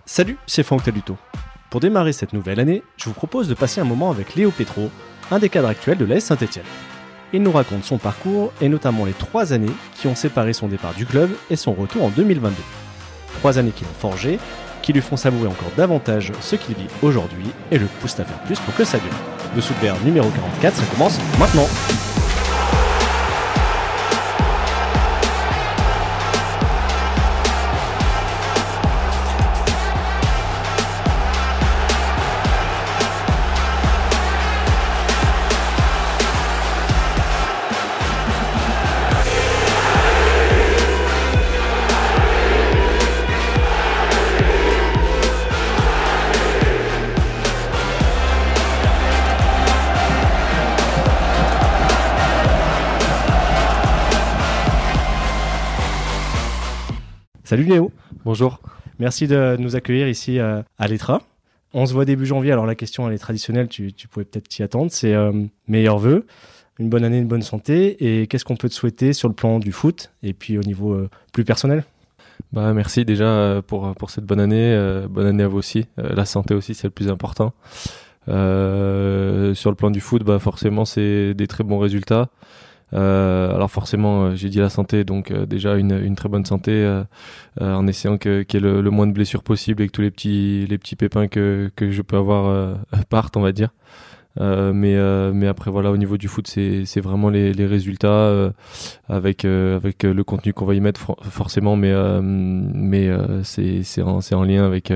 Salut, c'est Franck Taluto. Pour démarrer cette nouvelle année, je vous propose de passer un moment avec Léo Petro, un des cadres actuels de l'AS Saint-Etienne. Il nous raconte son parcours et notamment les 3 années qui ont séparé son départ du club et son retour en 2022. 3 années qui l'ont forgé, qui lui font savourer encore davantage ce qu'il vit aujourd'hui et le poussent à faire plus pour que ça dure. Dessous de verre numéro 44, ça commence maintenant. Salut Léo. Bonjour. Merci de nous accueillir ici à l'Etra. On se voit début janvier, alors la question elle est traditionnelle, tu pouvais peut-être t'y attendre, c'est meilleurs vœux, une bonne année, une bonne santé, et qu'est-ce qu'on peut te souhaiter sur le plan du foot et puis au niveau plus personnel? Merci déjà pour cette bonne année à vous aussi, la santé aussi c'est le plus important. Sur le plan du foot, forcément c'est des très bons résultats. Alors forcément j'ai dit la santé, donc déjà une très bonne santé en essayant qu'il y ait le moins de blessures possible et que tous les petits pépins que je peux avoir partent, on va dire. Mais après voilà, au niveau du foot c'est vraiment les résultats avec le contenu qu'on va y mettre forcément, mais c'est en lien avec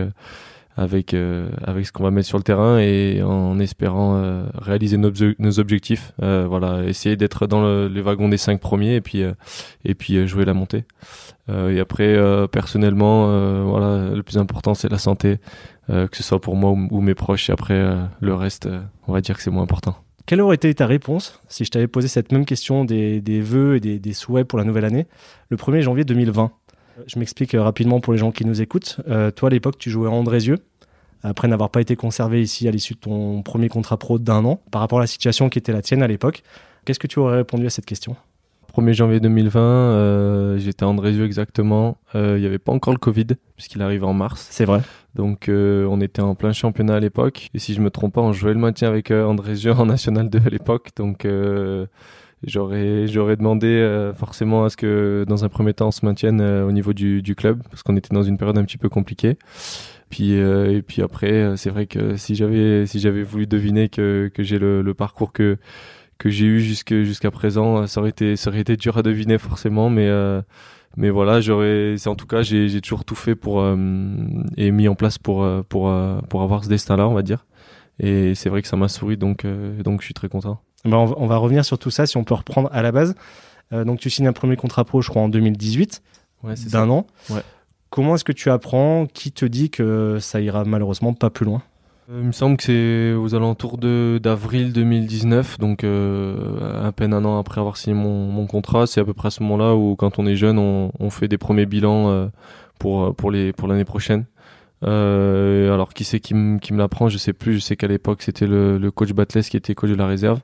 ce qu'on va mettre sur le terrain et en espérant réaliser nos objectifs. Essayer d'être dans les wagons des 5 premiers et puis jouer la montée. Et après, personnellement, le plus important c'est la santé, que ce soit pour moi ou mes proches. Et après, le reste, on va dire que c'est moins important. Quelle aurait été ta réponse si je t'avais posé cette même question des vœux et des souhaits pour la nouvelle année, le 1er janvier 2020? Je m'explique rapidement pour les gens qui nous écoutent. Toi, à l'époque, tu jouais à Andrézieux, après n'avoir pas été conservé ici à l'issue de ton premier contrat pro d'1 an. Par rapport à la situation qui était la tienne à l'époque, qu'est-ce que tu aurais répondu à cette question? 1er janvier 2020, j'étais à Andrézieux exactement. Il n'y avait pas encore le Covid, puisqu'il arrive en mars. C'est vrai. Donc on était en plein championnat à l'époque. Et si je ne me trompe pas, on jouait le maintien avec Andrézieux en National 2 à l'époque. Donc j'aurais demandé forcément à ce que dans un premier temps on se maintienne au niveau du club, parce qu'on était dans une période un petit peu compliquée. Et puis après, c'est vrai que si j'avais voulu deviner que j'ai le parcours que j'ai eu jusqu'à présent, ça aurait été dur à deviner forcément, mais voilà, en tout cas j'ai toujours tout fait pour et mis en place pour avoir ce destin-là, on va dire. Et c'est vrai que ça m'a souri, donc je suis très content. On va revenir sur tout ça, si on peut reprendre à la base. Donc tu signes un premier contrat pro, je crois, en 2018, d'un an. Ouais. Comment est-ce que tu apprends? Qui te dit que ça ira malheureusement pas plus loin? Il me semble que c'est aux alentours d'avril 2019, donc à peine un an après avoir signé mon contrat. C'est à peu près à ce moment-là où, quand on est jeune, on fait des premiers bilans pour l'année prochaine. Alors qui c'est qui me l'apprend, je sais plus. Je sais qu'à l'époque c'était le coach Batles qui était coach de la réserve.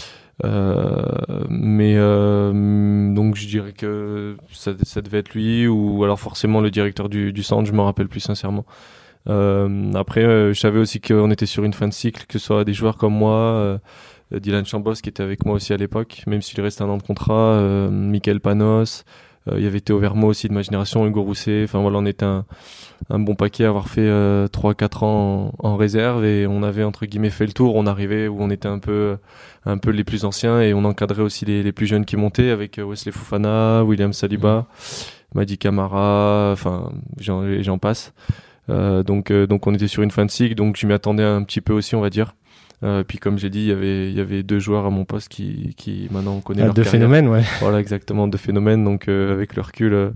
Donc je dirais que ça devait être lui, ou alors forcément le directeur du centre, je me rappelle plus sincèrement. Après je savais aussi qu'on était sur une fin de cycle, que ce soit des joueurs comme moi, Dylan Chambos qui était avec moi aussi à l'époque, même s'il restait un an de contrat, Michael Panos, il y avait Théo Vermeau aussi de ma génération, Hugo Rousset, enfin voilà, on était un bon paquet à avoir fait 3-4 ans en réserve, et on avait entre guillemets fait le tour. On arrivait où on était un peu les plus anciens, et on encadrait aussi les plus jeunes qui montaient, avec Wesley Fofana, William Saliba, Madi Camara, enfin j'en passe. Donc on était sur une fin de cycle, donc je m'y attendais un petit peu aussi, on va dire. Puis comme j'ai dit, il y avait 2 joueurs à mon poste qui maintenant on connaît leur carrière. 2 phénomènes, ouais. Voilà, exactement, 2 phénomènes. Donc avec le recul,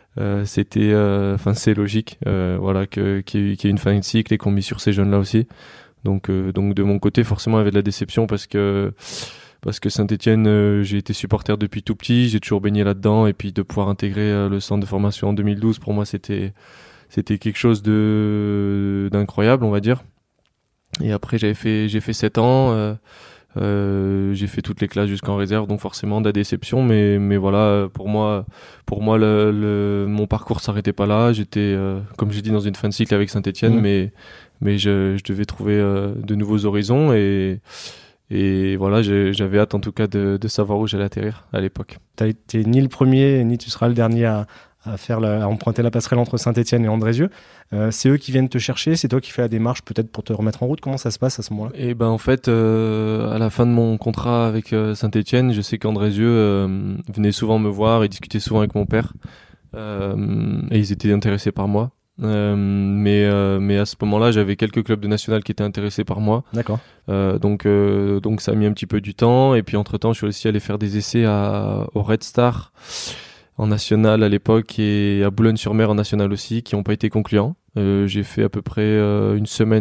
c'est logique, qu'il y ait une fin de cycle et qu'on mise sur ces jeunes-là aussi. Donc de mon côté, forcément, il y avait de la déception parce que Saint-Etienne, j'ai été supporter depuis tout petit, j'ai toujours baigné là-dedans, et puis de pouvoir intégrer le centre de formation en 2012, pour moi c'était quelque chose d'incroyable, on va dire. Et après j'ai fait 7 ans J'ai fait toutes les classes jusqu'en réserve, donc forcément de la déception, mais voilà, pour moi mon parcours s'arrêtait pas là. J'étais, comme j'ai dit, dans une fin de cycle avec Saint-Étienne, mais je devais trouver de nouveaux horizons et voilà, j'avais hâte en tout cas de savoir où j'allais atterrir à l'époque. T'as été ni le premier, ni tu seras le dernier à emprunter la passerelle entre Saint-Étienne et Andrézieux. C'est eux qui viennent te chercher, c'est toi qui fais la démarche peut-être pour te remettre en route. Comment ça se passe à ce moment-là? Et ben en fait, à la fin de mon contrat avec Saint-Étienne, je sais qu'Andrézieux venait souvent me voir et discutait souvent avec mon père, et ils étaient intéressés par moi. Mais à ce moment-là, j'avais quelques clubs de national qui étaient intéressés par moi. D'accord. Donc ça a mis un petit peu du temps. Et puis entre-temps, je suis aussi allé faire des essais au Red Star en national à l'époque et à Boulogne-sur-Mer en national aussi, qui n'ont pas été concluants. J'ai fait à peu près une semaine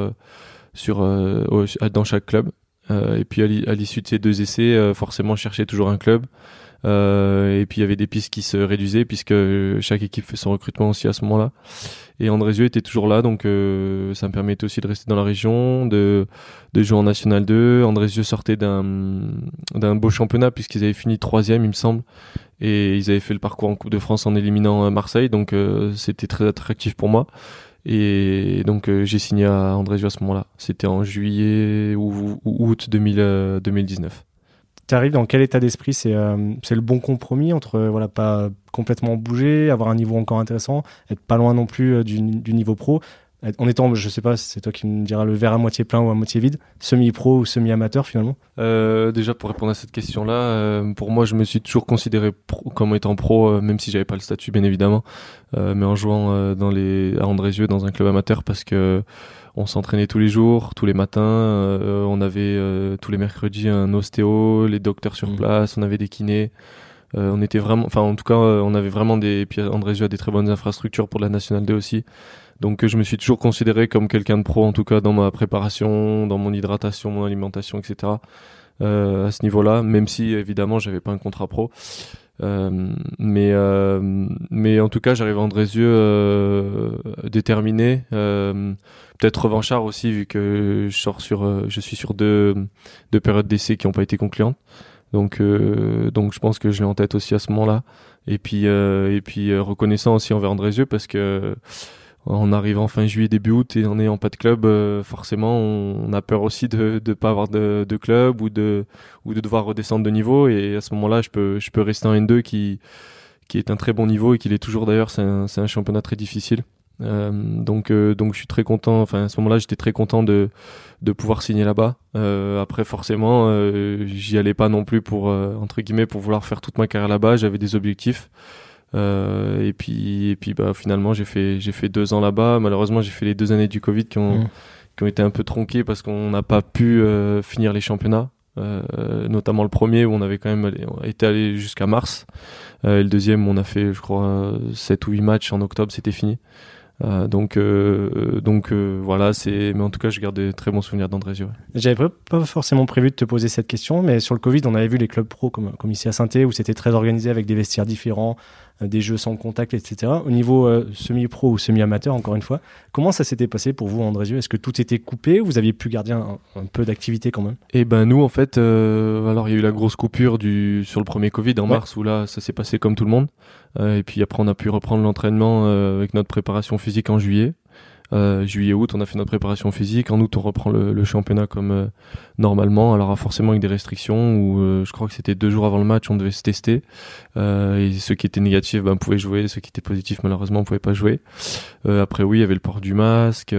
dans chaque club. Et puis à l'issue de ces 2 essais, forcément, je cherchais toujours un club. Et puis il y avait des pistes qui se réduisaient puisque chaque équipe fait son recrutement aussi à ce moment-là. Et Andrézieux était toujours là, donc ça me permettait aussi de rester dans la région, de jouer en National 2. Andrézieux sortait d'un beau championnat puisqu'ils avaient fini 3e, il me semble, et ils avaient fait le parcours en Coupe de France en éliminant Marseille, donc c'était très attractif pour moi. Et donc j'ai signé à Andrézieux à ce moment-là. C'était en juillet ou août 2019. Tu arrives dans quel état d'esprit? C'est le bon compromis entre pas complètement bouger, avoir un niveau encore intéressant, être pas loin non plus du niveau pro, en étant, je sais pas, c'est toi qui me diras, le verre à moitié plein ou à moitié vide, semi-pro ou semi-amateur finalement? Déjà pour répondre à cette question-là, pour moi je me suis toujours considéré comme étant pro, même si j'avais pas le statut bien évidemment, mais en jouant à Andrézieux dans un club amateur parce que on s'entraînait tous les jours, tous les matins. On avait tous les mercredis un ostéo, les docteurs sur place, on avait des kinés. On était vraiment, enfin en tout cas, on avait vraiment et puis Andrézieux a des très bonnes infrastructures pour la Nationale 2 aussi. Donc je me suis toujours considéré comme quelqu'un de pro, en tout cas dans ma préparation, dans mon hydratation, mon alimentation, etc. À ce niveau-là, même si évidemment j'avais pas un contrat pro. Mais en tout cas j'arrive à Andrézieux déterminé, peut-être revanchard aussi vu que je suis sur deux périodes d'essai qui n'ont pas été concluantes, donc je pense que je l'ai en tête aussi à ce moment-là, et puis reconnaissant aussi envers Andrézieux parce que en arrivant fin juillet début août et en n'ayant pas de club, forcément on a peur aussi de pas avoir de club ou de devoir redescendre de niveau, et à ce moment-là je peux rester en N2 qui est un très bon niveau et qui l'est toujours d'ailleurs. C'est un championnat très difficile, donc je suis très content, enfin à ce moment-là j'étais très content de pouvoir signer là-bas. Après forcément j'y allais pas non plus pour entre guillemets pour vouloir faire toute ma carrière là-bas. J'avais des objectifs. Et puis finalement j'ai fait 2 ans là-bas. Malheureusement j'ai fait les 2 années du Covid qui ont été un peu tronquées parce qu'on n'a pas pu finir les championnats, notamment le premier où on avait quand même été allé jusqu'à mars, et le deuxième on a fait je crois 7 ou 8 matchs en octobre, c'était fini. Donc voilà, mais en tout cas je garde des très bons souvenirs d'Andrézieux. J'avais pas forcément prévu de te poser cette question, mais sur le Covid on avait vu les clubs pro comme ici à Saint-Étienne où c'était très organisé avec des vestiaires différents, des jeux sans contact, etc. Au niveau semi-pro ou semi-amateur, encore une fois, comment ça s'était passé pour vous, Andrézieux? Est-ce que tout était coupé ou vous aviez pu garder un peu d'activité quand même? Et ben nous en fait, alors il y a eu la grosse coupure sur le premier Covid en mars, où là ça s'est passé comme tout le monde. Et puis après on a pu reprendre l'entraînement avec notre préparation physique en juillet. Juillet-août, on a fait notre préparation physique. En août, on reprend le championnat comme normalement. Alors forcément avec des restrictions où je crois que c'était 2 jours avant le match, on devait se tester. Et ceux qui étaient négatifs pouvaient jouer. Ceux qui étaient positifs, malheureusement, ne pouvaient pas jouer. Après, oui, il y avait le port du masque.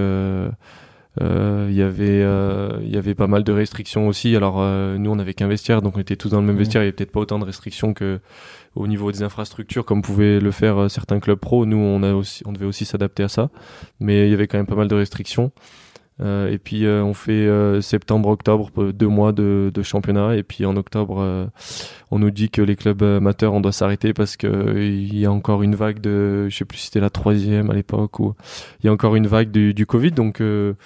Il y avait pas mal de restrictions aussi. Alors nous, on n'avait qu'un vestiaire, donc on était tous dans le même vestiaire. Il y avait peut-être pas autant de restrictions que au niveau des infrastructures comme pouvaient le faire certains clubs pro. Nous on devait aussi s'adapter à ça, mais il y avait quand même pas mal de restrictions. Et puis on fait septembre-octobre 2 mois de championnat, et puis en octobre on nous dit que les clubs amateurs on doit s'arrêter parce que il y a encore une vague je sais plus si c'était la 3e à l'époque, ou il y a encore une vague du Covid, donc mais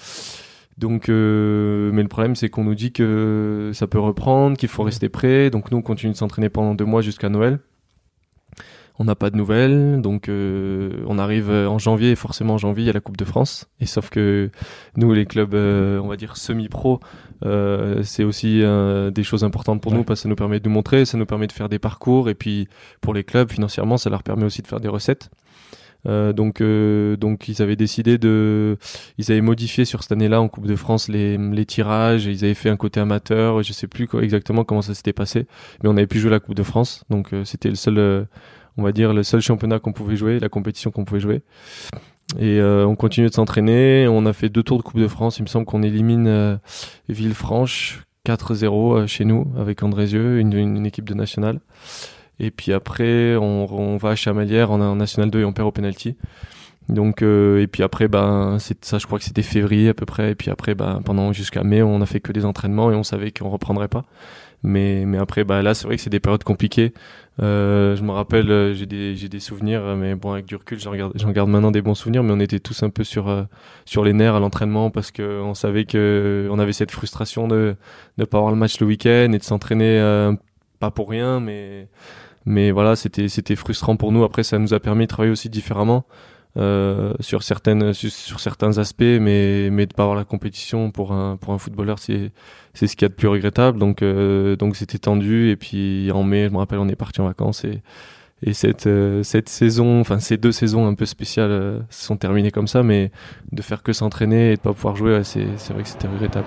le problème c'est qu'on nous dit que ça peut reprendre, qu'il faut rester prêt, donc nous on continue de s'entraîner pendant 2 mois jusqu'à Noël. On n'a pas de nouvelles, donc on arrive en janvier, et forcément en janvier il y a la Coupe de France. Et sauf que nous, les clubs, on va dire semi-pro, c'est aussi des choses importantes pour nous parce que ça nous permet de nous montrer, ça nous permet de faire des parcours, et puis pour les clubs financièrement, ça leur permet aussi de faire des recettes. Donc ils avaient décidé ils avaient modifié sur cette année-là en Coupe de France les tirages, et ils avaient fait un côté amateur, je sais plus exactement comment ça s'était passé, mais on avait pu jouer la Coupe de France, donc c'était le seul, on va dire le seul championnat qu'on pouvait jouer, la compétition qu'on pouvait jouer. Et on continue de s'entraîner, on a fait 2 tours de Coupe de France, il me semble qu'on élimine Villefranche 4-0 chez nous avec Andrézieux, une équipe de nationale. Et puis après, on va à Chamalières en National 2 et on perd au penalty. Donc, et puis après, c'est ça, je crois que c'était février à peu près. Et puis après, pendant jusqu'à mai, on a fait que des entraînements et on savait qu'on reprendrait pas. Mais après, là, c'est vrai que c'est des périodes compliquées. Je me rappelle, j'ai des souvenirs, mais bon, avec du recul, j'en garde maintenant des bons souvenirs. Mais on était tous un peu sur les nerfs à l'entraînement parce que on savait que on avait cette frustration de ne pas avoir le match le week-end et de s'entraîner pas pour rien, mais voilà, c'était frustrant pour nous. Après, ça nous a permis de travailler aussi différemment sur certains aspects, mais de pas avoir la compétition pour un footballeur, c'est ce qu'il y a de plus regrettable. Donc c'était tendu. Et puis en mai, je me rappelle, on est parti en vacances et cette saison, enfin ces 2 saisons un peu spéciales se sont terminées comme ça, mais de faire que s'entraîner et de pas pouvoir jouer, c'est vrai que c'était regrettable.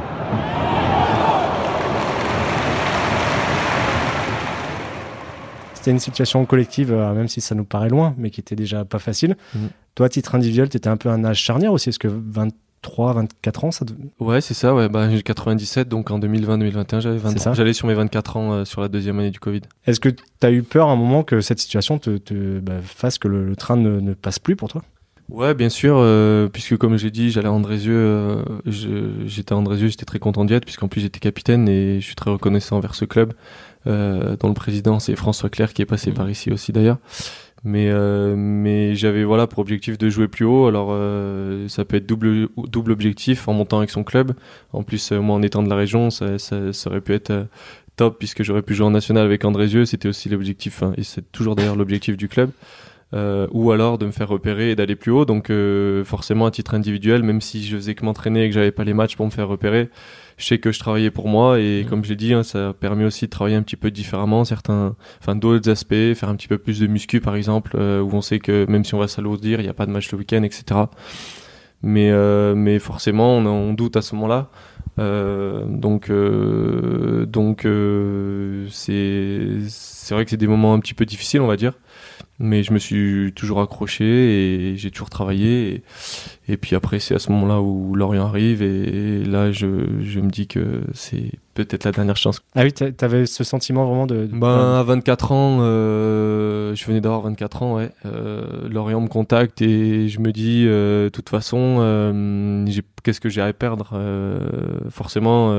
C'était une situation collective, même si ça nous paraît loin, mais qui était déjà pas facile. Toi, à titre individuel, tu étais un peu un âge charnière aussi. Est-ce que 23, 24 ans, ça Ouais, c'est ça. Ouais. J'ai 97, donc en 2020-2021, j'avais 23. J'allais sur mes 24 ans sur la deuxième année du Covid. Est-ce que tu as eu peur à un moment que cette situation te fasse que le train ne passe plus pour toi ? Ouais, bien sûr, puisque comme j'ai dit, j'allais à Andrézieux, j'étais à Andrézieux, j'étais très content d'y être, puisqu'en plus j'étais capitaine et je suis très reconnaissant envers ce club, dont le président c'est François Clerc qui est passé par ici aussi d'ailleurs. Mais j'avais pour objectif de jouer plus haut, alors ça peut être double objectif en montant avec son club. En plus, moi en étant de la région, ça aurait pu être top puisque j'aurais pu jouer en national avec Andrézieux, c'était aussi l'objectif, et c'est toujours d'ailleurs l'objectif du club. Ou alors de me faire repérer et d'aller plus haut, donc forcément à titre individuel, même si je faisais que m'entraîner et que j'avais pas les matchs pour me faire repérer, je sais que je travaillais pour moi et comme je l'ai dit, ça a permis aussi de travailler un petit peu différemment d'autres aspects, faire un petit peu plus de muscu par exemple, où on sait que même si on va s'alourdir, il n'y a pas de match le week-end, etc. Mais forcément on doute à ce moment-là. Donc c'est vrai que c'est des moments un petit peu difficiles, on va dire. Mais je me suis toujours accroché et j'ai toujours travaillé. Et puis après, c'est à ce moment-là où Lorient arrive. Et là, je me dis que c'est peut-être la dernière chance. Ah oui, t'avais ce sentiment vraiment de... À 24 ans, je venais d'avoir 24 ans, ouais. Lorient me contacte et je me dis, de toute façon, qu'est-ce que j'ai à perdre forcément...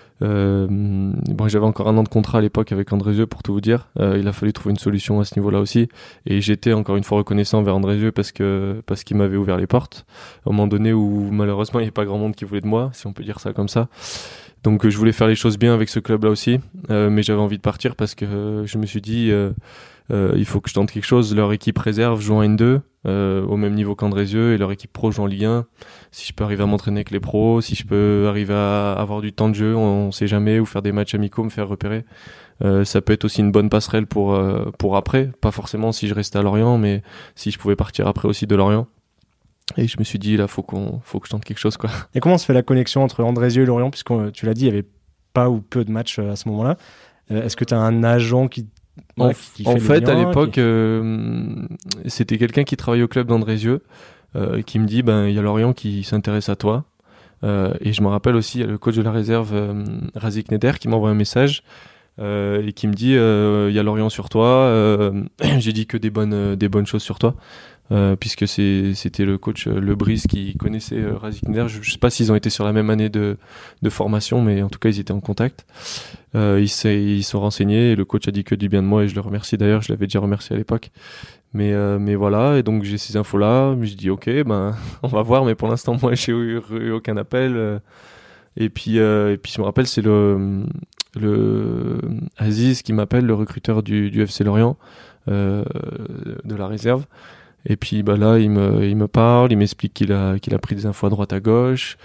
j'avais encore 1 an de contrat à l'époque avec Andrézieux pour tout vous dire. Il a fallu trouver une solution à ce niveau-là aussi. Et j'étais encore une fois reconnaissant vers Andrézieux parce qu'il m'avait ouvert les portes. À un moment donné où malheureusement il n'y avait pas grand monde qui voulait de moi, si on peut dire ça comme ça. Donc je voulais faire les choses bien avec ce club-là aussi. Mais j'avais envie de partir parce que je me suis dit il faut que je tente quelque chose. Leur équipe réserve joue en N2 au même niveau qu'Andrézieux et leur équipe pro joue en Ligue 1. Si je peux arriver à m'entraîner avec les pros, si je peux arriver à avoir du temps de jeu, on sait jamais, ou faire des matchs amicaux, me faire repérer, ça peut être aussi une bonne passerelle pour après. Pas forcément si je restais à Lorient, mais si je pouvais partir après aussi de Lorient. Et je me suis dit là, faut que je tente quelque chose, quoi. Et comment se fait la connexion entre Andrézieux et Lorient, puisque tu l'as dit, il y avait pas ou peu de matchs à ce moment-là. Est-ce que tu as un agent qui en fait, à l'époque, c'était quelqu'un qui travaillait au club d'Andrézieux qui me dit il y a Lorient qui s'intéresse à toi. Et je me rappelle aussi, il y a le coach de la réserve, Razik Neder, qui m'envoie un message et qui me dit il y a Lorient sur toi. J'ai dit que des bonnes choses sur toi. Puisque c'était le coach Lebris qui connaissait Razik Neder. Je sais pas s'ils ont été sur la même année de formation, mais en tout cas ils étaient en contact. Ils sont renseignés et le coach a dit que du bien de moi et je le remercie d'ailleurs, je l'avais déjà remercié à l'époque. Mais voilà, et donc j'ai ces infos là, je dis ok, on va voir, mais pour l'instant moi j'ai eu aucun appel. Et puis je me rappelle, c'est le Aziz qui m'appelle, le recruteur du FC Lorient. de la réserve. Et puis là, il me parle, il m'explique qu'il a pris des infos à droite à gauche,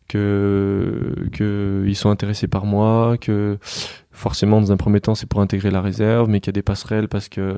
que ils sont intéressés par moi, que forcément dans un premier temps c'est pour intégrer la réserve, mais qu'il y a des passerelles parce que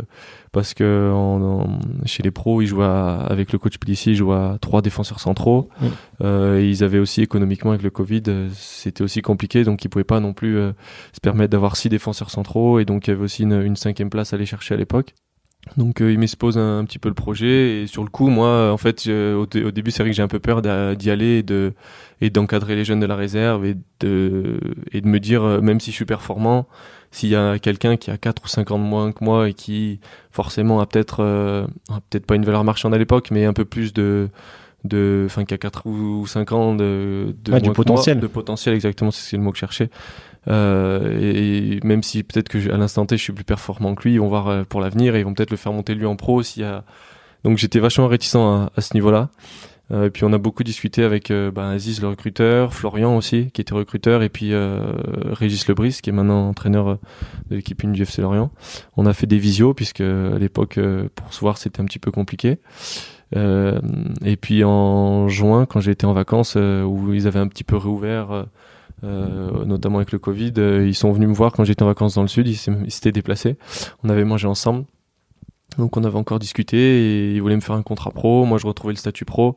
chez les pros avec le coach Pélissier, ils jouent à 3 défenseurs centraux. Et ils avaient aussi économiquement avec le Covid, c'était aussi compliqué, donc ils pouvaient pas non plus se permettre d'avoir 6 défenseurs centraux, et donc il y avait aussi une 5e place à aller chercher à l'époque. Donc il m'expose un petit peu le projet, et sur le coup moi en fait au début c'est vrai que j'ai un peu peur d'y aller et d'encadrer les jeunes de la réserve et de me dire même si je suis performant, s'il y a quelqu'un qui a 4 ou 5 ans de moins que moi et qui forcément a peut-être pas une valeur marchande à l'époque, mais un peu plus qui a 4 ou 5 ans de du potentiel. De potentiel, exactement, c'est le mot que je cherchais. Et même si peut-être que à l'instant T je suis plus performant que lui, ils vont voir pour l'avenir et ils vont peut-être le faire monter lui en pro donc j'étais vachement réticent à ce niveau-là. Et puis on a beaucoup discuté avec Aziz le recruteur, Florian aussi qui était recruteur, et puis Régis Lebris qui est maintenant entraîneur de l'équipe 1 du FC Lorient. On a fait des visios puisque à l'époque pour se voir c'était un petit peu compliqué. Et puis en juin, quand j'ai été en vacances, où ils avaient un petit peu réouvert, notamment avec le Covid, ils sont venus me voir quand j'étais en vacances dans le sud, ils s'étaient déplacés, on avait mangé ensemble, donc on avait encore discuté, et ils voulaient me faire un contrat pro, moi je retrouvais le statut pro,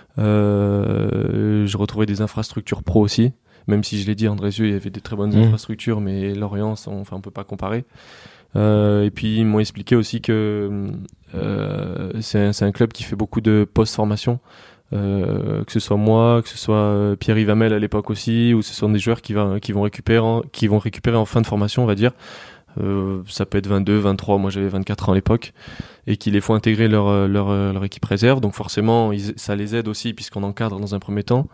je retrouvais des infrastructures pro aussi, même si je l'ai dit, Andrézieux il y avait des très bonnes infrastructures, mais Lorient on peut pas comparer. Et puis ils m'ont expliqué aussi que c'est un club qui fait beaucoup de post-formation, que ce soit moi, que ce soit Pierre-Yves Hamel à l'époque aussi, ou ce sont des joueurs qui vont récupérer en fin de formation, on va dire. Ça peut être 22, 23, moi j'avais 24 ans à l'époque, et qui les font intégrer leur équipe réserve, donc forcément ça les aide aussi puisqu'on encadre dans un premier temps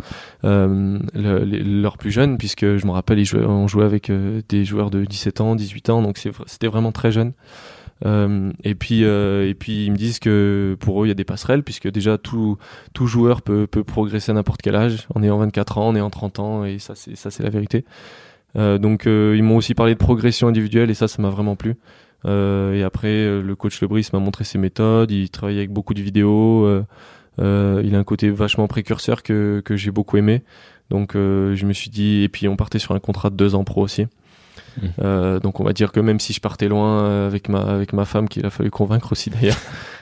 leurs plus jeunes, puisque je me rappelle on jouait avec des joueurs de 17 ans, 18 ans, donc c'était vraiment très jeune. Et puis ils me disent que pour eux il y a des passerelles, puisque déjà tout joueur peut progresser à n'importe quel âge, en ayant 24 ans, en ayant 30 ans, et ça c'est la vérité. Donc ils m'ont aussi parlé de progression individuelle, et ça m'a vraiment plu. Et après le coach Lebris m'a montré ses méthodes, il travaille avec beaucoup de vidéos, il a un côté vachement précurseur que j'ai beaucoup aimé. Donc je me suis dit, et puis on partait sur un contrat de 2 ans pro aussi. Donc on va dire que même si je partais loin avec ma femme, qu'il a fallu convaincre aussi d'ailleurs,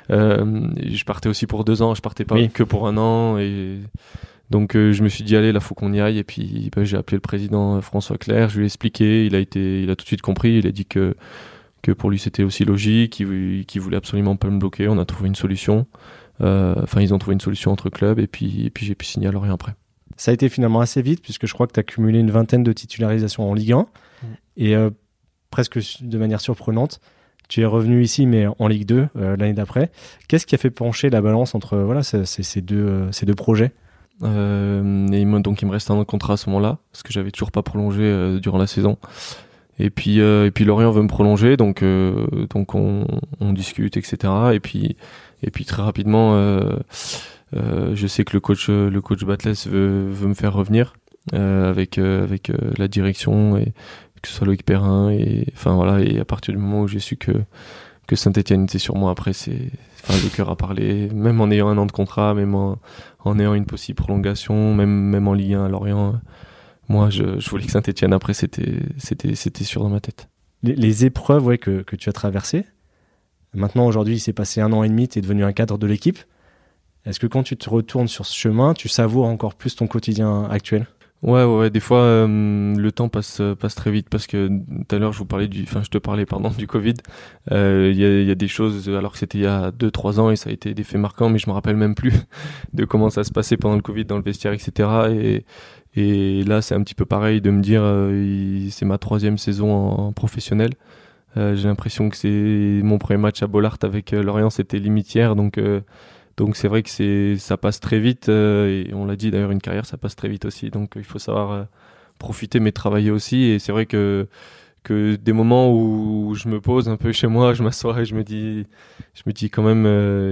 je partais aussi pour 2 ans, je partais pas que pour 1 an, et donc je me suis dit allez, là faut qu'on y aille. Et puis j'ai appelé le président François Clerc, je lui ai expliqué, il a tout de suite compris, il a dit que pour lui c'était aussi logique, qu'il voulait absolument pas me bloquer. On a trouvé une solution, ils ont trouvé une solution entre clubs, et puis j'ai pu signer à Lorient après. Ça a été finalement assez vite, puisque je crois que tu as cumulé une 20aine de titularisations en Ligue 1, et presque de manière surprenante, tu es revenu ici, mais en Ligue 2 l'année d'après. Qu'est-ce qui a fait pencher la balance entre ces deux projets ? Il me reste 1 an de contrat à ce moment-là, parce que j'avais toujours pas prolongé durant la saison. Et puis Lorient veut me prolonger, donc on discute, etc. Et puis très rapidement, je sais que le coach Batles veut me faire revenir avec la direction, et que ce soit Loïc Perrin, et à partir du moment où j'ai su que Saint-Etienne était sur moi, après le cœur a parlé, même en ayant 1 an de contrat, même en ayant une possible prolongation, même en Ligue 1 à Lorient. Moi, je voulais que Saint-Etienne, après, c'était sûr dans ma tête. Les épreuves que tu as traversées, maintenant, aujourd'hui, il s'est passé 1 an et demi, tu es devenu un cadre de l'équipe. Est-ce que quand tu te retournes sur ce chemin, tu savoures encore plus ton quotidien actuel ? Ouais, des fois, le temps passe très vite, parce que tout à l'heure, je te parlais, du Covid. Il y a des choses, alors que c'était il y a 2-3 ans, et ça a été des faits marquants, mais je me rappelle même plus de comment ça se passait pendant le Covid dans le vestiaire, etc. Et là, c'est un petit peu pareil de me dire, c'est ma 3e saison en professionnel. J'ai l'impression que c'est mon premier match à Bollaert avec Lorient, c'était limitière, donc c'est vrai que ça passe très vite, et on l'a dit d'ailleurs, une carrière ça passe très vite aussi, donc il faut savoir profiter mais travailler aussi. Et c'est vrai que des moments où je me pose un peu chez moi, je m'assois et je me dis quand même,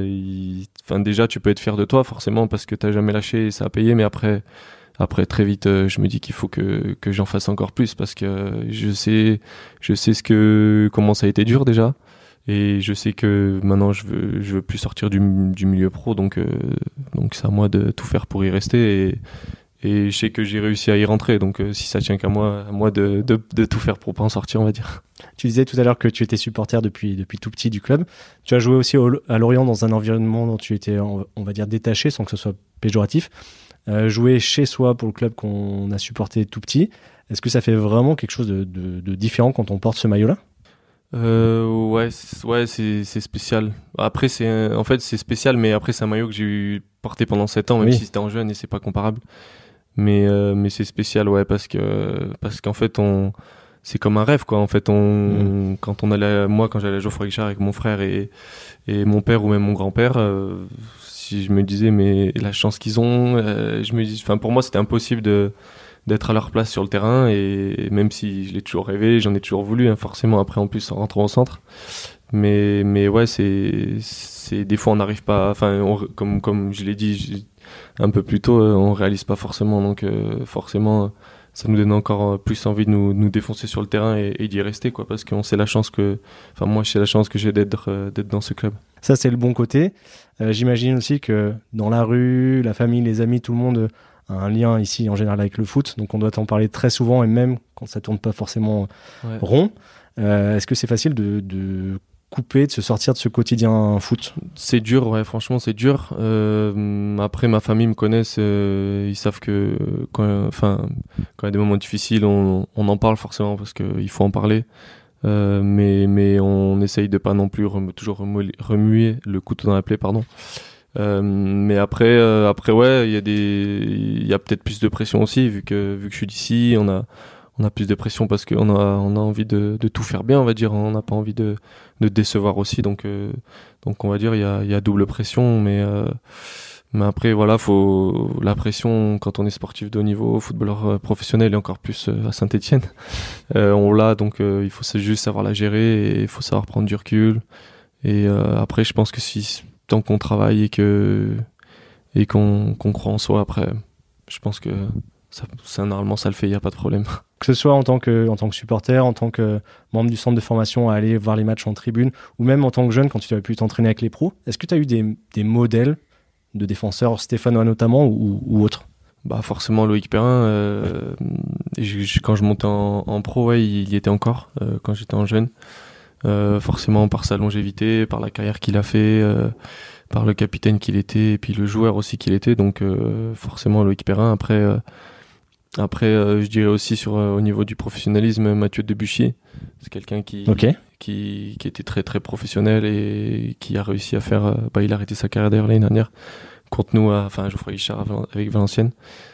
déjà tu peux être fier de toi forcément parce que t'as jamais lâché et ça a payé, mais après très vite je me dis qu'il faut que j'en fasse encore plus, parce que je sais comment ça a été dur déjà. Et je sais que maintenant je veux plus sortir du milieu pro, donc c'est à moi de tout faire pour y rester. Et je sais que j'ai réussi à y rentrer, donc si ça tient qu'à moi, à moi de tout faire pour pas en sortir, on va dire. Tu disais tout à l'heure que tu étais supporter depuis tout petit du club. Tu as joué aussi à Lorient dans un environnement dont tu étais, on va dire, détaché, sans que ce soit péjoratif. Jouer chez soi pour le club qu'on a supporté tout petit, est-ce que ça fait vraiment quelque chose de différent quand on porte ce maillot-là ? Ouais, c'est spécial. Après, en fait, c'est spécial, mais après, c'est un maillot que j'ai porté pendant 7 ans, même si c'était en jeune et c'est pas comparable. Mais c'est spécial, ouais, parce qu'en fait, c'est comme un rêve, quoi. En fait, quand on allait, moi, quand j'allais à Geoffroy Guichard avec mon frère et mon père ou même mon grand-père, si je me disais, mais la chance qu'ils ont, je me dis, enfin, pour moi, c'était impossible d'être à leur place sur le terrain, et même si je l'ai toujours rêvé, j'en ai toujours voulu, hein, forcément, après, en plus, en rentrant au centre. Mais ouais, c'est des fois, on n'arrive pas, enfin, comme je l'ai dit un peu plus tôt, on réalise pas forcément, donc forcément, ça nous donne encore plus envie de nous défoncer sur le terrain et d'y rester, quoi, parce qu'on sait la chance moi, c'est la chance que j'ai d'être dans ce club. Ça, c'est le bon côté. J'imagine aussi que dans la rue, la famille, les amis, tout le monde a un lien ici en général avec le foot, donc on doit t'en parler très souvent, et même quand ça tourne pas forcément rond. Est-ce que c'est facile de couper, de se sortir de ce quotidien foot ? C'est dur, ouais, franchement, c'est dur. Après, ma famille me connaissent, ils savent que quand il y a des moments difficiles, on en parle forcément, parce qu'il faut en parler. Mais on essaye de pas non plus toujours remuer le couteau dans la plaie, pardon. Mais après ouais, il y a peut-être plus de pression aussi, vu que je suis d'ici, on a plus de pression parce qu'on a envie de tout faire bien, on va dire. On n'a pas envie de décevoir aussi, donc on va dire il y a double pression, mais après voilà, la pression quand on est sportif de haut niveau, footballeur professionnel, et encore plus à Saint-Étienne, on l'a, donc il faut juste savoir la gérer, et il faut savoir prendre du recul. Et après, je pense que tant qu'on travaille et qu'on croit en soi, après, je pense que ça normalement ça le fait, il y a pas de problème. Que ce soit en tant que supporter, en tant que membre du centre de formation à aller voir les matchs en tribune, ou même en tant que jeune quand tu avais pu t'entraîner avec les pros, est-ce que tu as eu des modèles de défenseurs stéphanois notamment ou autres ? Bah forcément Loïc Perrin, quand je montais en pro, ouais, il y était encore quand j'étais en jeune. Forcément par sa longévité, par la carrière qu'il a fait, par le capitaine qu'il était, et puis le joueur aussi qu'il était, donc forcément Loïc Perrin. Après, je dirais aussi au niveau du professionnalisme, Mathieu Debuchy, c'est quelqu'un qui était très très professionnel et qui a réussi à faire. Il a arrêté sa carrière d'ailleurs l'année dernière contre nous, Geoffroy Guichard avec Valenciennes.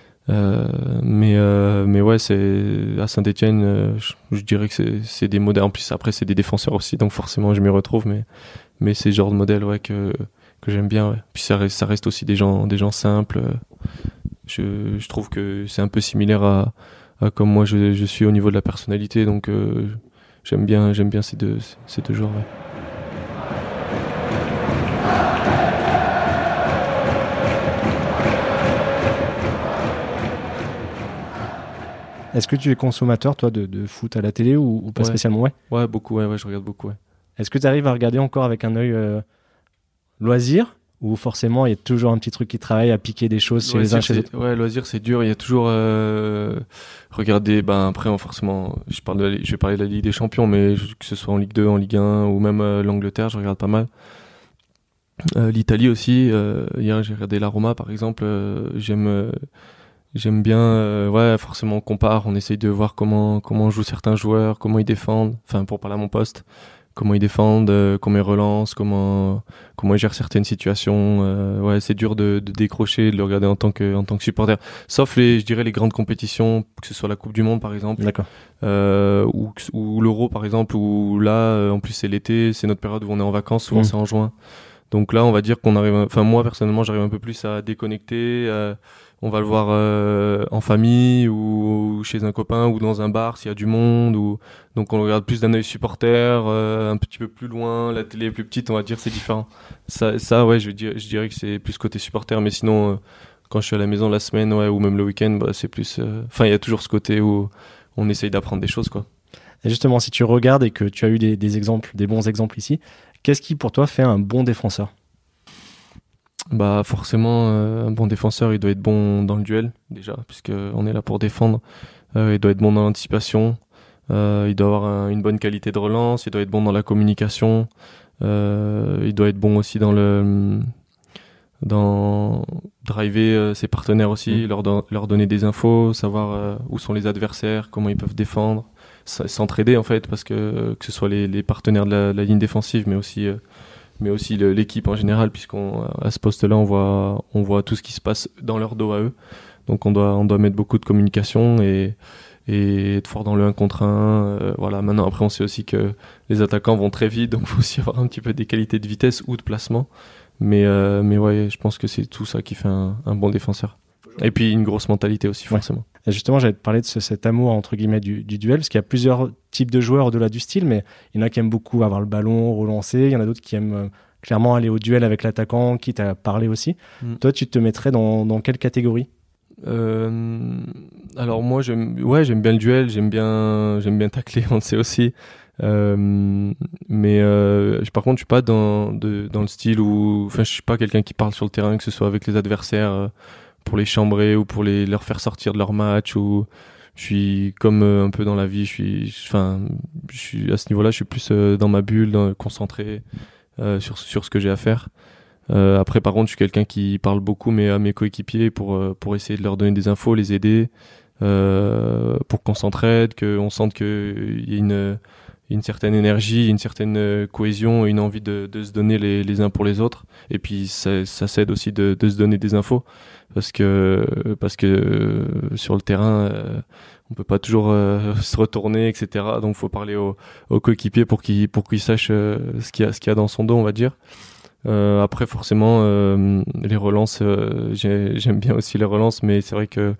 Mais ouais, c'est à Saint-Étienne, je dirais que c'est des modèles. En plus, après, c'est des défenseurs aussi, donc forcément, je m'y retrouve. Mais c'est le genre de modèle, ouais, que j'aime bien. Ouais. Puis ça reste aussi des gens simples. Je trouve que c'est un peu similaire à comme moi je suis au niveau de la personnalité, donc j'aime bien ces deux genres. Ouais. Est-ce que tu es consommateur, toi, de foot à la télé ou pas spécialement ? Ouais, beaucoup, ouais, je regarde beaucoup. Ouais. Est-ce que tu arrives à regarder encore avec un œil loisir ? Ou forcément, il y a toujours un petit truc qui travaille à piquer des choses chez les uns chez les autres. Ouais, loisir, c'est dur. Il y a toujours regarder. Après, forcément, je vais parler de la Ligue des Champions, mais que ce soit en Ligue 2, en Ligue 1 ou même l'Angleterre, je regarde pas mal. L'Italie aussi. Hier, j'ai regardé la Roma, par exemple. J'aime bien. Ouais, forcément, on compare. On essaye de voir comment jouent certains joueurs, comment ils défendent. Enfin, pour parler à mon poste. Comment ils défendent, comment ils relancent, comment ils gèrent certaines situations. Ouais, c'est dur de décrocher, de le regarder en tant que supporter. Sauf je dirais les grandes compétitions, que ce soit la Coupe du Monde par exemple, d'accord. Ou l'Euro par exemple, où là, en plus c'est l'été, c'est notre période où on est en vacances, souvent c'est en juin. Donc là, on va dire qu'on arrive. Enfin, moi personnellement, j'arrive un peu plus à déconnecter. On va le voir en famille ou chez un copain ou dans un bar s'il y a du monde. Donc on le regarde plus d'un œil supporter, un petit peu plus loin. La télé est plus petite, on va dire, c'est différent. Ça ouais, je dirais que c'est plus côté supporter. Mais sinon, quand je suis à la maison la semaine, ouais, ou même le week-end, c'est plus. Il y a toujours ce côté où on essaye d'apprendre des choses, quoi. Et justement, si tu regardes et que tu as eu des exemples, des bons exemples ici, qu'est-ce qui pour toi fait un bon défenseur? Bah forcément, un bon défenseur, il doit être bon dans le duel déjà, puisque on est là pour défendre. Il doit être bon dans l'anticipation. Il doit avoir une bonne qualité de relance. Il doit être bon dans la communication. Il doit être bon aussi dans driver ses partenaires aussi, leur donner des infos, savoir où sont les adversaires, comment ils peuvent défendre, s'entraider en fait, parce que ce soit les partenaires de la ligne défensive, mais aussi l'équipe en général, puisqu'on à ce poste-là on voit tout ce qui se passe dans leur dos à eux. Donc on doit mettre beaucoup de communication et être fort dans le 1 contre 1. Voilà. Maintenant, après, on sait aussi que les attaquants vont très vite, donc il faut aussi avoir un petit peu des qualités de vitesse ou de placement. Mais ouais, je pense que c'est tout ça qui fait un bon défenseur. Et puis une grosse mentalité aussi, forcément. Et justement, j'allais te parler de cet amour, entre guillemets, du duel, parce qu'il y a plusieurs types de joueurs au-delà du style, mais il y en a qui aiment beaucoup avoir le ballon, relancer. Il y en a d'autres qui aiment clairement aller au duel avec l'attaquant, quitte à parler aussi. Toi, tu te mettrais dans quelle catégorie? Alors moi, j'aime bien le duel, j'aime bien tacler, on le sait aussi. Mais par contre, je suis pas dans le style où, enfin, je suis pas quelqu'un qui parle sur le terrain, que ce soit avec les adversaires pour les chambrer ou pour leur faire sortir de leur match. Ou je suis comme un peu dans la vie. Je suis à ce niveau-là, je suis plus dans ma bulle, concentré sur ce que j'ai à faire. Après, par contre, je suis quelqu'un qui parle beaucoup à mes coéquipiers pour essayer de leur donner des infos, les aider, pour qu'on s'entraide, qu'on sente qu'il y a une certaine énergie, une certaine cohésion, une envie de se donner les uns pour les autres. Et puis ça s'aide aussi de se donner des infos, parce que sur le terrain, on peut pas toujours se retourner, etc. Donc faut parler aux coéquipiers pour qu'ils sachent ce qu'il y a dans son dos, on va dire. Après forcément les relances, j'aime bien aussi les relances, mais c'est vrai que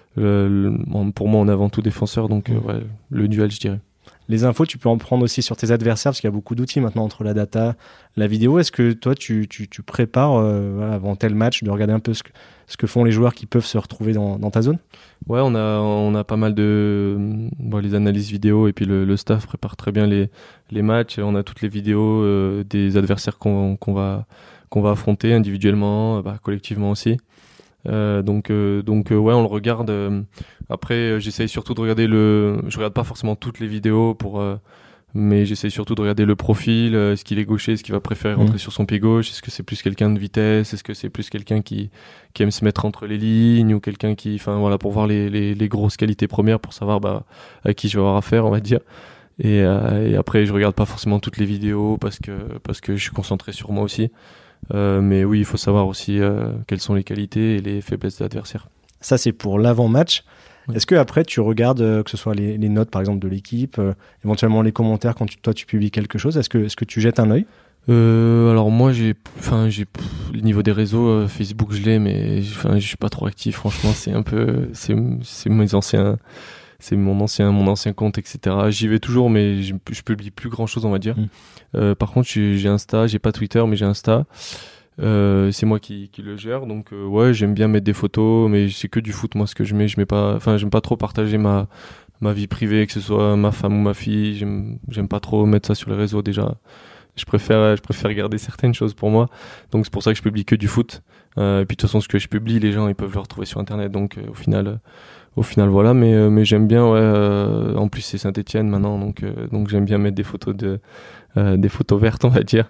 pour moi on est avant tout défenseur, donc ouais, le duel, je dirais. Les infos, tu peux en prendre aussi sur tes adversaires, parce qu'il y a beaucoup d'outils maintenant entre la data, la vidéo. Est-ce que toi, tu prépares avant tel match de regarder un peu ce que font les joueurs qui peuvent se retrouver dans ta zone? Ouais, on a pas mal de les analyses vidéo, et puis le staff prépare très bien les matchs. On a toutes les vidéos des adversaires qu'on va affronter individuellement, collectivement aussi. Donc ouais, on le regarde. Après, j'essaye surtout de regarder je regarde pas forcément toutes les vidéos mais j'essaye surtout de regarder le profil. Est-ce qu'il est gaucher, est-ce qu'il va préférer rentrer sur son pied gauche, est-ce que c'est plus quelqu'un de vitesse, est-ce que c'est plus quelqu'un qui aime se mettre entre les lignes, ou quelqu'un pour voir les grosses qualités premières, pour savoir à qui je vais avoir affaire, on va dire. Et après, je regarde pas forcément toutes les vidéos parce que je suis concentré sur moi aussi. Mais oui, il faut savoir aussi quelles sont les qualités et les faiblesses de l'adversaire. Ça, c'est pour l'avant-match. Ouais. Est-ce que après tu regardes que ce soit les notes par exemple de l'équipe, éventuellement les commentaires quand tu publies quelque chose? Est-ce que tu jettes un œil? Alors moi, le niveau des réseaux, Facebook je l'ai, mais je suis pas trop actif, franchement. C'est un peu, c'est mon ancien compte, etc. J'y vais toujours, mais je publie plus grand chose, on va dire. Par contre, j'ai Insta, j'ai pas Twitter, mais j'ai Insta. C'est moi qui le gère, donc ouais, j'aime bien mettre des photos, mais c'est que du foot, moi, ce que je mets pas, j'aime pas trop partager ma vie privée, que ce soit ma femme ou ma fille. J'aime pas trop mettre ça sur les réseaux, déjà. Je préfère garder certaines choses pour moi, donc c'est pour ça que je publie que du foot. Et puis de toute façon, ce que je publie, les gens ils peuvent le retrouver sur internet, donc au final voilà. Mais j'aime bien, ouais. En plus c'est Saint-Étienne maintenant, donc j'aime bien mettre des photos des photos vertes, on va dire.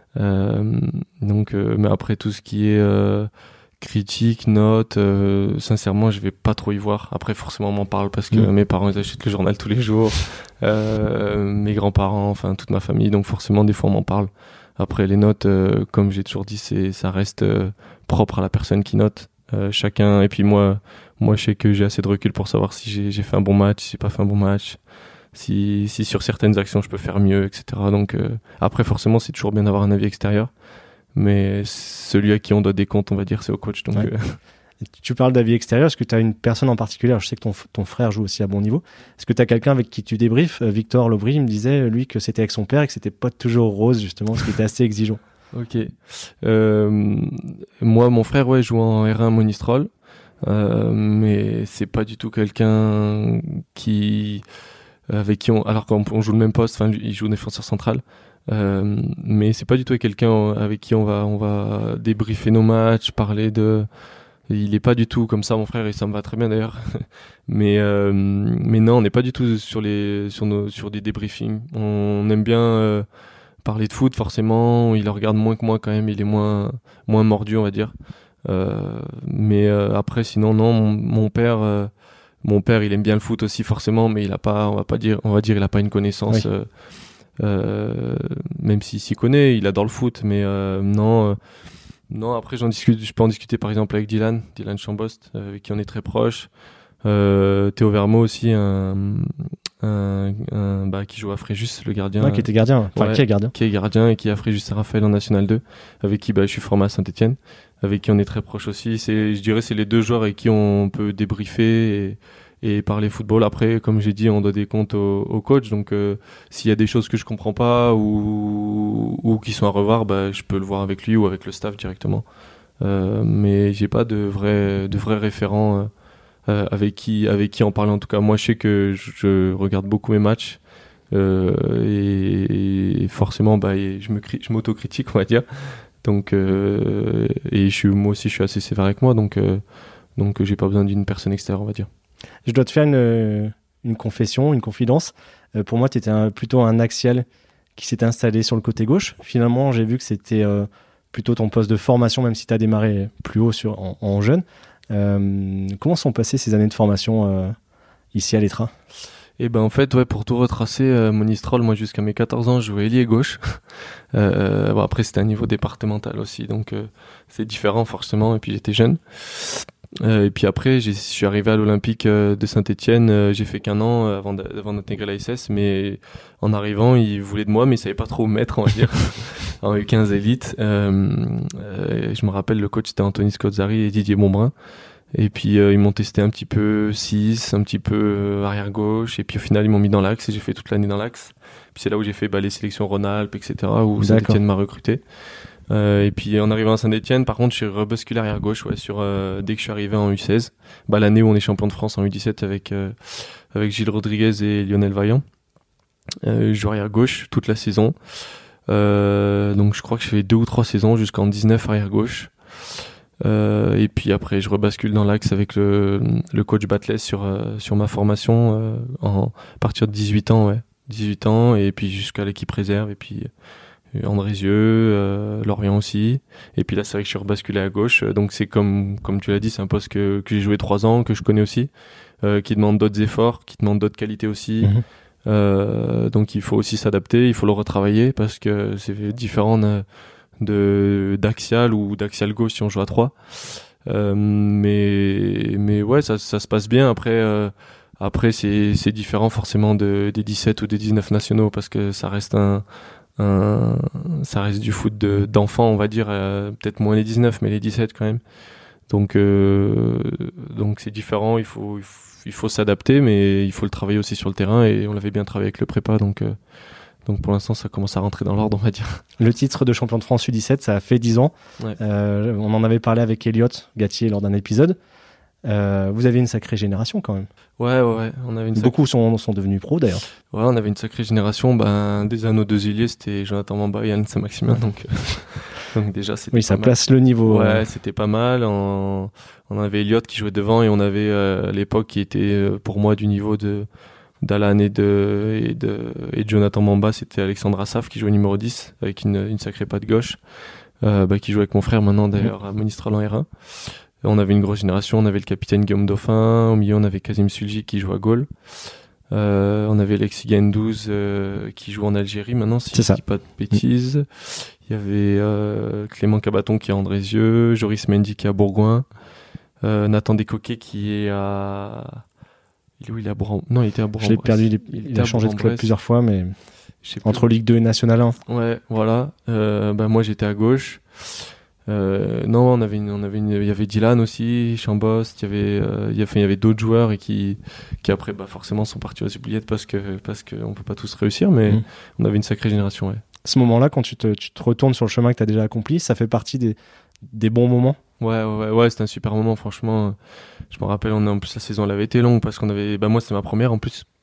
Mais après, tout ce qui est critique, notes, sincèrement, je vais pas trop y voir. Après, forcément, on m'en parle parce que mes parents ils achètent le journal tous les jours, mes grands-parents, enfin toute ma famille, donc forcément des fois on m'en parle. Après, les notes, comme j'ai toujours dit, ça reste propre à la personne qui note. Chacun, et puis moi je sais que j'ai assez de recul pour savoir si j'ai fait un bon match, si j'ai pas fait un bon match, si sur certaines actions je peux faire mieux, etc. Donc après, forcément, c'est toujours bien d'avoir un avis extérieur, mais celui à qui on doit des comptes, on va dire, c'est au coach. Donc ouais. Tu parles d'avis extérieur. Est-ce que tu as une personne en particulier? Alors, je sais que ton frère joue aussi à bon niveau. Est-ce que tu as quelqu'un avec qui tu débriefes? Victor Lobry, il me disait, lui, que c'était avec son père et que c'était pas toujours rose, justement, parce qu'il était assez exigeant. Ok. Moi, mon frère, ouais, joue en R1 Monistrol, mais c'est pas du tout quelqu'un qui avec qui alors qu'on joue le même poste, enfin il joue défenseur central. Mais c'est pas du tout quelqu'un avec qui on va débriefer nos matchs, parler de. Il est pas du tout comme ça, mon frère, et ça me va très bien d'ailleurs. mais non, on n'est pas du tout sur des débriefings. On aime bien parler de foot, forcément. Il en regarde moins que moi quand même. Il est moins mordu, on va dire. Mais après, sinon, non. Mon père, il aime bien le foot aussi, forcément, mais il a pas, on va dire, il a pas une connaissance. Oui. Même s'il s'y connaît, il adore le foot, mais non. Non, après je peux en discuter par exemple avec Dylan Chambost, avec qui on est très proche. Théo Vermeau aussi, qui joue à Fréjus, le gardien. Ouais, qui était gardien, enfin qui est gardien. Qui est gardien et qui est à Fréjus Saint-Raphaël en National 2, avec qui je suis formé à Saint-Etienne, avec qui on est très proche aussi. Je dirais c'est les deux joueurs avec qui on peut débriefer et parler football. Après, comme j'ai dit, on doit des comptes au coach, donc s'il y a des choses que je comprends pas ou qui sont à revoir, je peux le voir avec lui ou avec le staff directement. Mais j'ai pas de vrais référents avec qui en parler. En tout cas, moi je sais que je regarde beaucoup mes matchs et forcément je m'autocritique, on va dire. Donc et moi aussi je suis assez sévère avec moi, donc j'ai pas besoin d'une personne extérieure, on va dire. Je dois te faire une confession, une confidence. Pour moi, tu étais plutôt un axial qui s'était installé sur le côté gauche. Finalement, j'ai vu que c'était plutôt ton poste de formation, même si tu as démarré plus haut en jeune. Comment sont passées ces années de formation ici à l'Etra ? Et en fait, pour tout retracer, Monistrol, moi jusqu'à mes 14 ans, je jouais ailier gauche. Après, c'était un niveau départemental aussi, donc c'est différent forcément. Et puis j'étais jeune. Et puis après, je suis arrivé à l'Olympique de Saint-Etienne. J'ai fait qu'1 an avant d'intégrer la SS, mais en arrivant, ils voulaient de moi, mais ils savaient pas trop où me mettre, on va dire, en U15 élite. Je me rappelle, le coach c'était Anthony Scozzari et Didier Montbrun. Et puis ils m'ont testé un petit peu 6, un petit peu arrière gauche, et puis au final ils m'ont mis dans l'axe et j'ai fait toute l'année dans l'axe. Puis c'est là où j'ai fait les sélections Rhône-Alpes, etc., où Saint-Etienne m'a recruté. Et puis en arrivant à Saint-Etienne, par contre, je suis rebasculé arrière gauche, dès que je suis arrivé en U16, l'année où on est champion de France en U17 avec Gilles Rodriguez et Lionel Vaillant. Je joue arrière gauche toute la saison. Donc je crois que je fais 2 ou 3 saisons jusqu'en 19 arrière gauche. Et puis après, je rebascule dans l'axe avec le coach Batles sur ma formation à partir de 18 ans, 18 ans, et puis jusqu'à l'équipe réserve, et puis Andrézieux, Lorient aussi. Et puis là, c'est vrai que je suis rebasculé à gauche. Donc c'est comme tu l'as dit, c'est un poste que j'ai joué 3 ans, que je connais aussi, qui demande d'autres efforts, qui demande d'autres qualités aussi. Donc il faut aussi s'adapter, il faut le retravailler parce que c'est différent d'axial ou d'axial gauche si on joue à 3. Mais ouais, ça se passe bien. Après c'est différent forcément des 17 ou des 19 nationaux parce que ça reste ça reste du foot d'enfants, on va dire, peut-être moins les 19 mais les 17 quand même. Donc c'est différent, il faut s'adapter, mais il faut le travailler aussi sur le terrain et on l'avait bien travaillé avec le prépa, donc pour l'instant ça commence à rentrer dans l'ordre, on va dire. Le titre de champion de France U17, ça a fait 10 ans. Ouais. On en avait parlé avec Elliot Gatier lors d'un épisode. Vous avez une sacrée génération quand même. Ouais. On avait Beaucoup sont devenus pros d'ailleurs. Ouais, on avait une sacrée génération. Déjà nos 2 ailiers, c'était Jonathan Mamba et Yann Saint-Maximin. Donc déjà, c'était. Oui, ça place le niveau. Ouais, c'était pas mal. On avait Elliot qui jouait devant et on avait à l'époque qui était pour moi du niveau d'Alan et de Jonathan Mamba, c'était Alexandre Assaf qui jouait numéro 10 avec une sacrée patte gauche, qui joue avec mon frère maintenant d'ailleurs à Monistrol en R1. On avait une grosse génération, on avait le capitaine Guillaume Dauphin, au milieu on avait Kazim Sulji qui joue à Gaulle, on avait Alexis Gendouzi qui joue en Algérie maintenant, si je dis pas de bêtises. Il y avait Clément Cabaton qui est à Andrézieux, Joris Mendy qui est à Bourgoin, Nathan Descoquet qui est à... Il est à Bourg-en-Bresse. Non, il était à Bourg-en-Bresse. Je l'ai perdu, il a changé de club plusieurs fois, mais entre Ligue 2 et National 1. Ouais, voilà. Moi j'étais à gauche. Non, il y avait Dylan aussi, Chambost, il y avait d'autres joueurs et qui après forcément sont partis aux oubliettes parce que on peut pas tous réussir, mais on avait une sacrée génération. Ouais. Ce moment-là, quand tu te retournes sur le chemin que tu as déjà accompli, ça fait partie des bons moments. Ouais, c'était un super moment, franchement. Je me rappelle, en plus la saison elle avait été longue parce qu'on avait, moi c'était ma première en plus.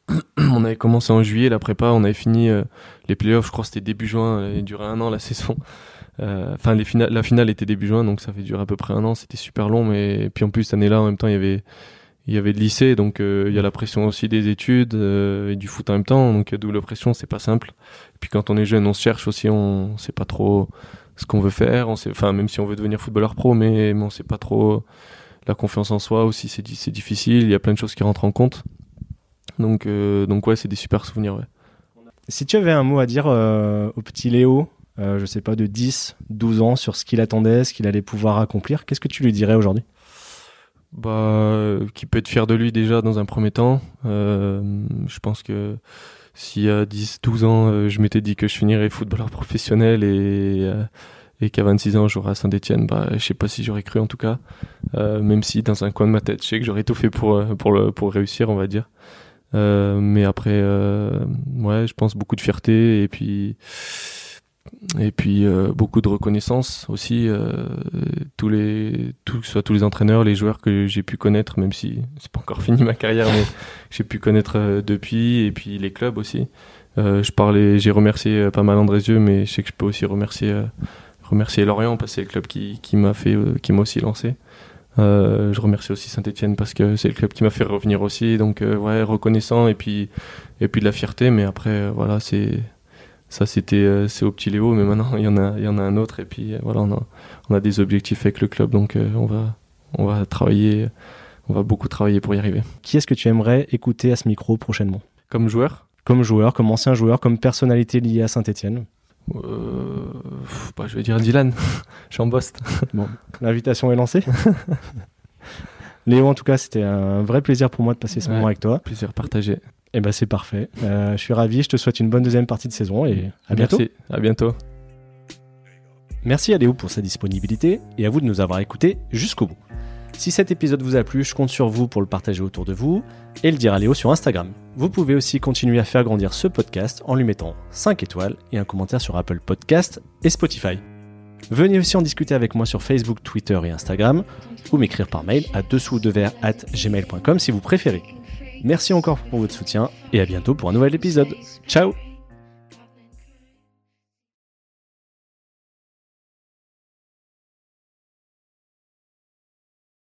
On avait commencé en juillet la prépa, on avait fini les playoffs, je crois que c'était début juin, il durait 1 an la saison. Enfin, la finale était début juin, donc ça fait durer à peu près 1 an, c'était super long, mais puis en plus cette année-là, en même temps, il y avait le lycée, donc il y a la pression aussi des études et du foot en même temps, donc double pression, c'est pas simple. Et puis quand on est jeune, on se cherche aussi, on sait pas trop ce qu'on veut faire, enfin même si on veut devenir footballeur pro, mais on sait pas trop. La confiance en soi aussi, c'est difficile, il y a plein de choses qui rentrent en compte. Donc ouais, c'est des super souvenirs, ouais. Si tu avais un mot à dire au petit Léo, je sais pas, de 10, 12 ans, sur ce qu'il attendait, ce qu'il allait pouvoir accomplir, qu'est-ce que tu lui dirais aujourd'hui ? Qui peut être fier de lui déjà dans un premier temps. Je pense que s'il y a 10, 12 ans, je m'étais dit que je finirais footballeur professionnel et qu'à 26 ans, j'aurais à Saint-Etienne, je sais pas si j'aurais cru en tout cas. Même si dans un coin de ma tête, je sais que j'aurais tout fait pour réussir, on va dire. Mais après, ouais, je pense beaucoup de fierté et puis beaucoup de reconnaissance aussi. Tous les entraîneurs, les joueurs que j'ai pu connaître, même si c'est pas encore fini ma carrière, mais j'ai pu connaître depuis, et puis les clubs aussi. J'ai remercié pas mal Andrézieux, mais je sais que je peux aussi remercier Lorient parce que c'est le club qui m'a aussi lancé. Je remercie aussi Saint-Etienne parce que c'est le club qui m'a fait revenir aussi, donc ouais, reconnaissant et puis de la fierté, mais après voilà, c'est au petit Léo, mais maintenant il y en a un autre, et puis voilà, on a des objectifs avec le club, donc on va travailler, on va beaucoup travailler pour y arriver. Qui est-ce que tu aimerais écouter à ce micro prochainement ? Comme joueur, comme ancien joueur, comme personnalité liée à Saint-Etienne ? Je vais dire Dylan. Je suis en Bost. Bon, l'invitation est lancée. Léo, en tout cas, c'était un vrai plaisir pour moi de passer ce moment avec toi. Plaisir partagé. Et c'est parfait. Je suis ravi, je te souhaite une bonne deuxième partie de saison et à bientôt. Merci, à bientôt. Merci à Léo pour sa disponibilité et à vous de nous avoir écoutés jusqu'au bout. Si cet épisode vous a plu, je compte sur vous pour le partager autour de vous et le dire à Léo sur Instagram. Vous pouvez aussi continuer à faire grandir ce podcast en lui mettant 5 étoiles et un commentaire sur Apple Podcast et Spotify. Venez aussi en discuter avec moi sur Facebook, Twitter et Instagram, ou m'écrire par mail à dessous-de-verre@gmail.com si vous préférez. Merci encore pour votre soutien et à bientôt pour un nouvel épisode. Ciao!